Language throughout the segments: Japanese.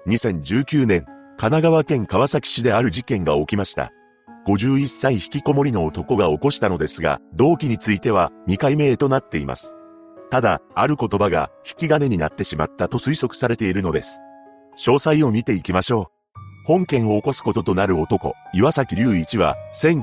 2019年、神奈川県川崎市である事件が起きました。51歳引きこもりの男が起こしたのですが、動機については未解明となっています。ただ、ある言葉が引き金になってしまったと推測されているのです。詳細を見ていきましょう。本件を起こすこととなる男、岩崎隆一は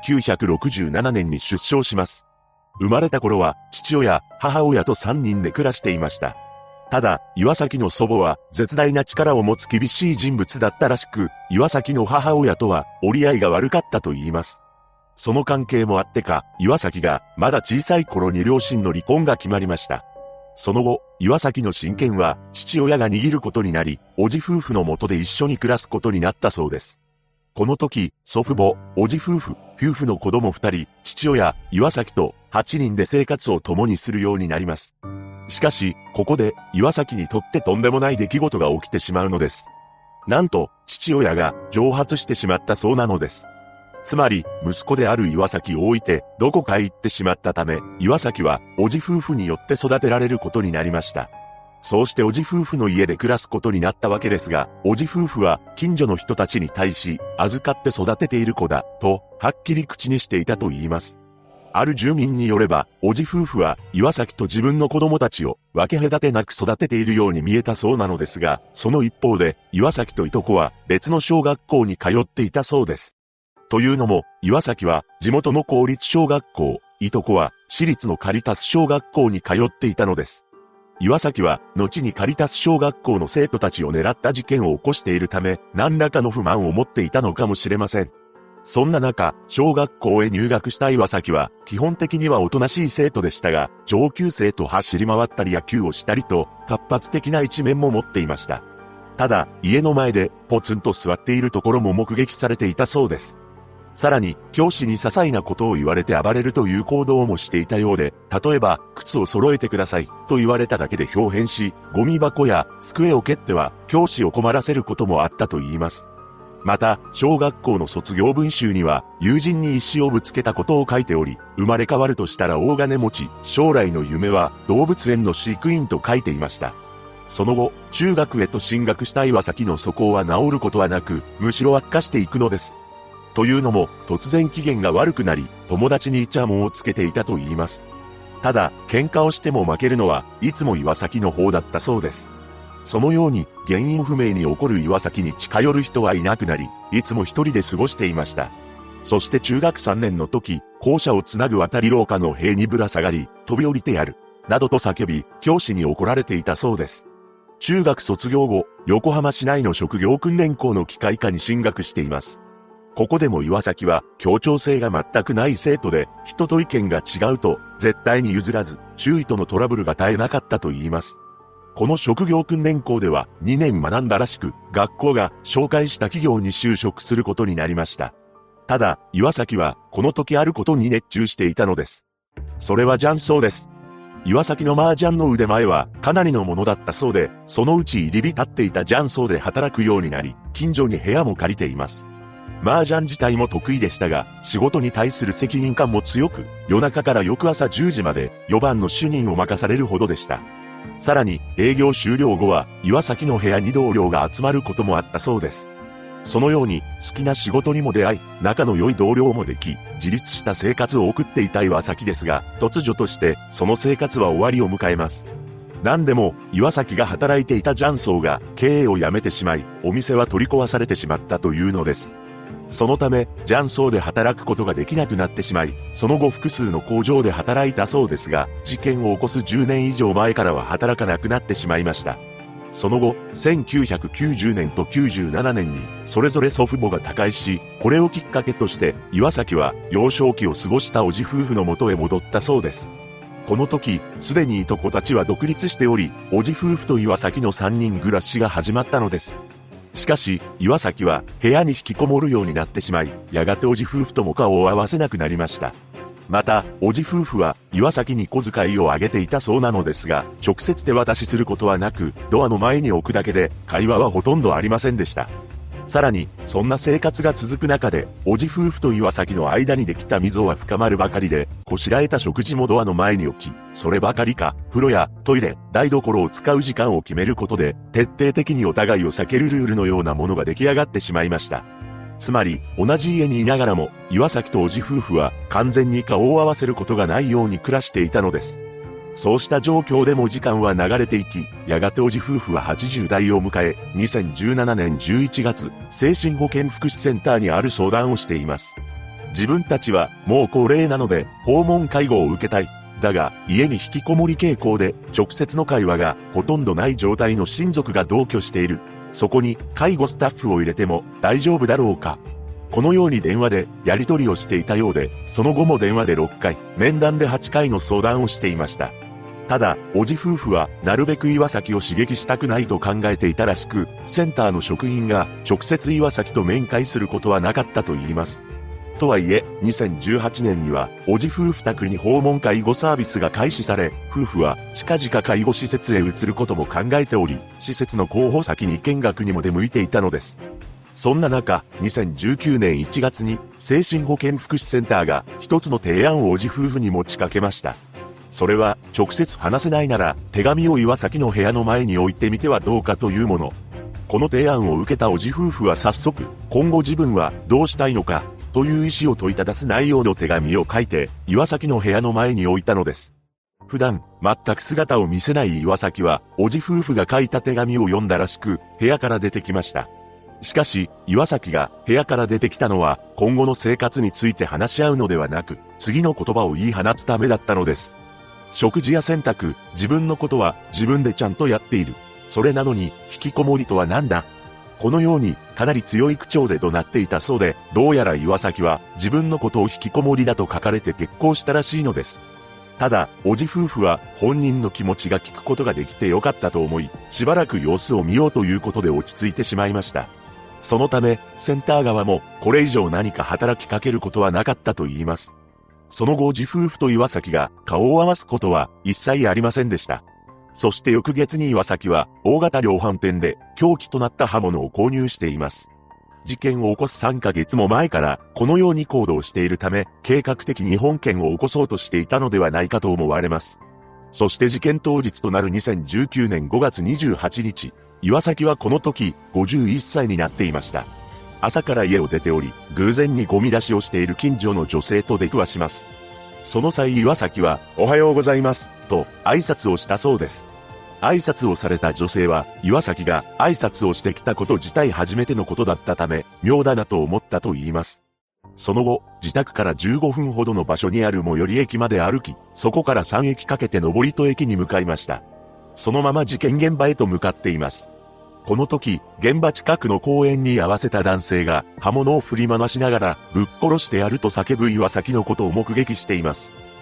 1967年に出生します。生まれた頃は父親、母親と3人で暮らしていました。ただ、岩崎の祖母は絶大な力を持つ厳しい人物だったらしく、岩崎の母親とは折り合いが悪かったと言います。その関係もあってか、岩崎がまだ小さい頃に両親の離婚が決まりました。その後、岩崎の親権は父親が握ることになり、叔父夫婦の下で一緒に暮らすことになったそうです。この時、祖父母、叔父夫婦の子供2人、父親、岩崎と8人で生活を共にするようになります。しかし、ここで岩崎にとってとんでもない出来事が起きてしまうのです。なんと、父親が蒸発してしまったそうなのです。つまり、息子である岩崎を置いて、どこかへ行ってしまったため、岩崎は、叔父夫婦によって育てられることになりました。そうして叔父夫婦の家で暮らすことになったわけですが、叔父夫婦は、近所の人たちに対し、預かって育てている子だ、と、はっきり口にしていたと言います。ある住民によれば、叔父夫婦は、岩崎と自分の子供たちを、分け隔てなく育てているように見えたそうなのですが、その一方で、岩崎といとこは、別の小学校に通っていたそうです。というのも、岩崎は地元の公立小学校、いとこは私立のカリタス小学校に通っていたのです。岩崎は後にカリタス小学校の生徒たちを狙った事件を起こしているため、何らかの不満を持っていたのかもしれません。そんな中、小学校へ入学した岩崎は、基本的にはおとなしい生徒でしたが、上級生と走り回ったり野球をしたりと、活発的な一面も持っていました。ただ、家の前でポツンと座っているところも目撃されていたそうです。さらに、教師に些細なことを言われて暴れるという行動もしていたようで、例えば、靴を揃えてください、と言われただけで表変し、ゴミ箱や机を蹴っては、教師を困らせることもあったと言います。また、小学校の卒業文集には、友人に石をぶつけたことを書いており、生まれ変わるとしたら大金持ち、将来の夢は動物園の飼育員と書いていました。その後、中学へと進学した岩崎の素行は治ることはなく、むしろ悪化していくのです。というのも、突然機嫌が悪くなり、友達にイチャモンをつけていたと言います。ただ、喧嘩をしても負けるのは、いつも岩崎の方だったそうです。そのように、原因不明に起こる岩崎に近寄る人はいなくなり、いつも一人で過ごしていました。そして中学3年の時、校舎をつなぐ渡り廊下の塀にぶら下がり、飛び降りてやる、などと叫び、教師に怒られていたそうです。中学卒業後、横浜市内の職業訓練校の機械科に進学しています。ここでも岩崎は協調性が全くない生徒で、人と意見が違うと絶対に譲らず、周囲とのトラブルが絶えなかったと言います。この職業訓練校では2年学んだらしく、学校が紹介した企業に就職することになりました。ただ、岩崎はこの時あることに熱中していたのです。それは雀荘です。岩崎の麻雀の腕前はかなりのものだったそうで、そのうち入り浸っていた雀荘で働くようになり、近所に部屋も借りています。麻雀自体も得意でしたが、仕事に対する責任感も強く、夜中から翌朝10時まで4番の主任を任されるほどでした。さらに、営業終了後は、岩崎の部屋に同僚が集まることもあったそうです。そのように、好きな仕事にも出会い、仲の良い同僚もでき、自立した生活を送っていた岩崎ですが、突如として、その生活は終わりを迎えます。何でも、岩崎が働いていた雀荘が、経営をやめてしまい、お店は取り壊されてしまったというのです。そのため、雀荘で働くことができなくなってしまい、その後複数の工場で働いたそうですが、事件を起こす10年以上前からは働かなくなってしまいました。その後、1990年と97年に、それぞれ祖父母が他界し、これをきっかけとして、岩崎は幼少期を過ごした叔父夫婦の元へ戻ったそうです。この時、すでにいとこたちは独立しており、叔父夫婦と岩崎の3人暮らしが始まったのです。しかし、岩崎は部屋に引きこもるようになってしまい、やがて叔父夫婦とも顔を合わせなくなりました。また、叔父夫婦は岩崎に小遣いをあげていたそうなのですが、直接手渡しすることはなく、ドアの前に置くだけで、会話はほとんどありませんでした。さらに、そんな生活が続く中で、叔父夫婦と岩崎の間にできた溝は深まるばかりで、 こしらえた食事もドアの前に置き、そればかりか、風呂やトイレ、台所を使う時間を決めることで、徹底的にお互いを避けるルールのようなものが出来上がってしまいました。つまり、同じ家にいながらも、岩崎とおじ夫婦は完全に顔を合わせることがないように暮らしていたのです。そうした状況でも時間は流れていき、やがておじ夫婦は80代を迎え、2017年11月、精神保健福祉センターにある相談をしています。自分たちはもう高齢なので訪問介護を受けたい。だが、家に引きこもり傾向で直接の会話がほとんどない状態の親族が同居している。そこに介護スタッフを入れても大丈夫だろうか。このように電話でやり取りをしていたようで、その後も電話で6回、面談で8回の相談をしていました。ただ、おじ夫婦はなるべく岩崎を刺激したくないと考えていたらしく、センターの職員が直接岩崎と面会することはなかったと言います。とはいえ、2018年には、おじ夫婦宅に訪問介護サービスが開始され、夫婦は近々介護施設へ移ることも考えており、施設の候補先に見学にも出向いていたのです。そんな中、2019年1月に、精神保健福祉センターが一つの提案をおじ夫婦に持ちかけました。それは、直接話せないなら、手紙を岩崎の部屋の前に置いてみてはどうかというもの。この提案を受けたおじ夫婦は早速、今後自分はどうしたいのか、という意思を問いただす内容の手紙を書いて、岩崎の部屋の前に置いたのです。普段、全く姿を見せない岩崎は、おじ夫婦が書いた手紙を読んだらしく、部屋から出てきました。しかし、岩崎が部屋から出てきたのは、今後の生活について話し合うのではなく、次の言葉を言い放つためだったのです。食事や洗濯、自分のことは自分でちゃんとやっている。それなのに、引きこもりとは何だ？このように、かなり強い口調で怒鳴っていたそうで、どうやら岩崎は自分のことを引きこもりだと書かれて激高したらしいのです。ただ、おじ夫婦は本人の気持ちが聞くことができてよかったと思い、しばらく様子を見ようということで落ち着いてしまいました。そのため、センター側もこれ以上何か働きかけることはなかったと言います。その後、おじ夫婦と岩崎が顔を合わすことは一切ありませんでした。そして翌月に岩崎は大型量販店で凶器となった刃物を購入しています。事件を起こす3ヶ月も前からこのように行動しているため、計画的に本件を起こそうとしていたのではないかと思われます。そして事件当日となる2019年5月28日、岩崎はこの時51歳になっていました。朝から家を出ており、偶然にゴミ出しをしている近所の女性と出くわします。その際岩崎は、おはようございます、と挨拶をしたそうです。挨拶をされた女性は、岩崎が挨拶をしてきたこと自体初めてのことだったため、妙だなと思ったと言います。その後、自宅から15分ほどの場所にある最寄り駅まで歩き、そこから3駅かけて登戸駅に向かいました。そのまま事件現場へと向かっています。この時、現場近くの公園に居合わせた男性が刃物を振り回しながらぶっ殺してやると叫ぶ岩崎のことを目撃しています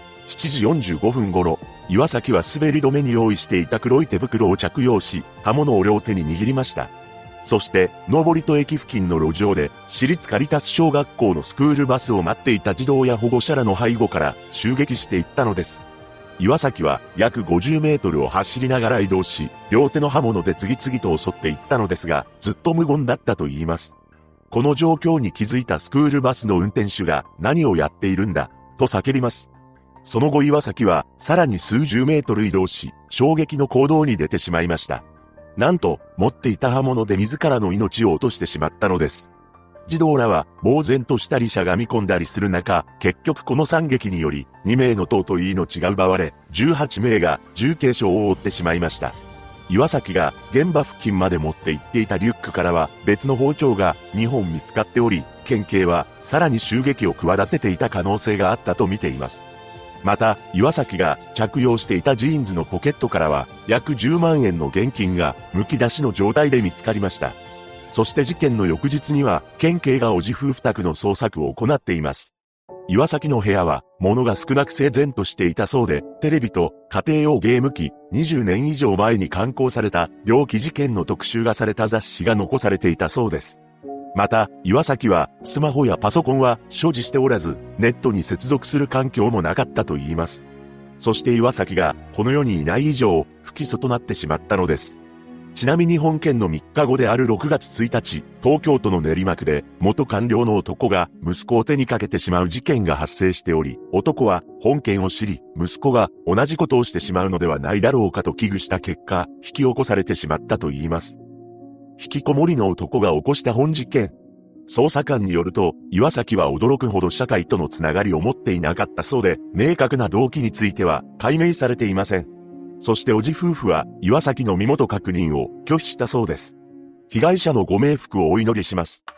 。7時45分頃、岩崎は滑り止めに用意していた黒い手袋を着用し、刃物を両手に握りました。そして、登戸駅付近の路上で、私立カリタス小学校のスクールバスを待っていた児童や保護者らの背後から襲撃していったのです。岩崎は約50メートルを走りながら移動し、両手の刃物で次々と襲っていったのですが、ずっと無言だったと言います。この状況に気づいたスクールバスの運転手が何をやっているんだ、と叫びます。その後岩崎はさらに数十メートル移動し、衝撃の行動に出てしまいました。なんと、持っていた刃物で自らの命を落としてしまったのです。児童らは呆然としたりしゃがみ込んだりする中、結局この惨劇により2名の尊い命が奪われ、18名が重軽傷を負ってしまいました。岩崎が現場付近まで持って行っていたリュックからは別の包丁が2本見つかっており、県警はさらに襲撃を企てていた可能性があったと見ています。また、岩崎が着用していたジーンズのポケットからは約10万円の現金が剥き出しの状態で見つかりました。そして事件の翌日には、県警がおじ夫婦宅の捜索を行っています。岩崎の部屋は、物が少なく整然としていたそうで、テレビと家庭用ゲーム機、20年以上前に刊行された、猟奇事件の特集がされた雑誌が残されていたそうです。また、岩崎は、スマホやパソコンは所持しておらず、ネットに接続する環境もなかったと言います。そして岩崎が、この世にいない以上、不起訴となってしまったのです。 ちなみに本件の3日後である6月1日、東京都の練馬区で元官僚の男が息子を手にかけてしまう事件が発生しており、男は本件を知り、息子が同じことをしてしまうのではないだろうかと危惧した結果、引き起こされてしまったと言います。引きこもりの男が起こした本事件。捜査官によると、岩崎は驚くほど社会とのつながりを持っていなかったそうで、明確な動機については解明されていません。そして叔父夫婦は岩崎の身元確認を拒否したそうです。被害者のご冥福をお祈りします。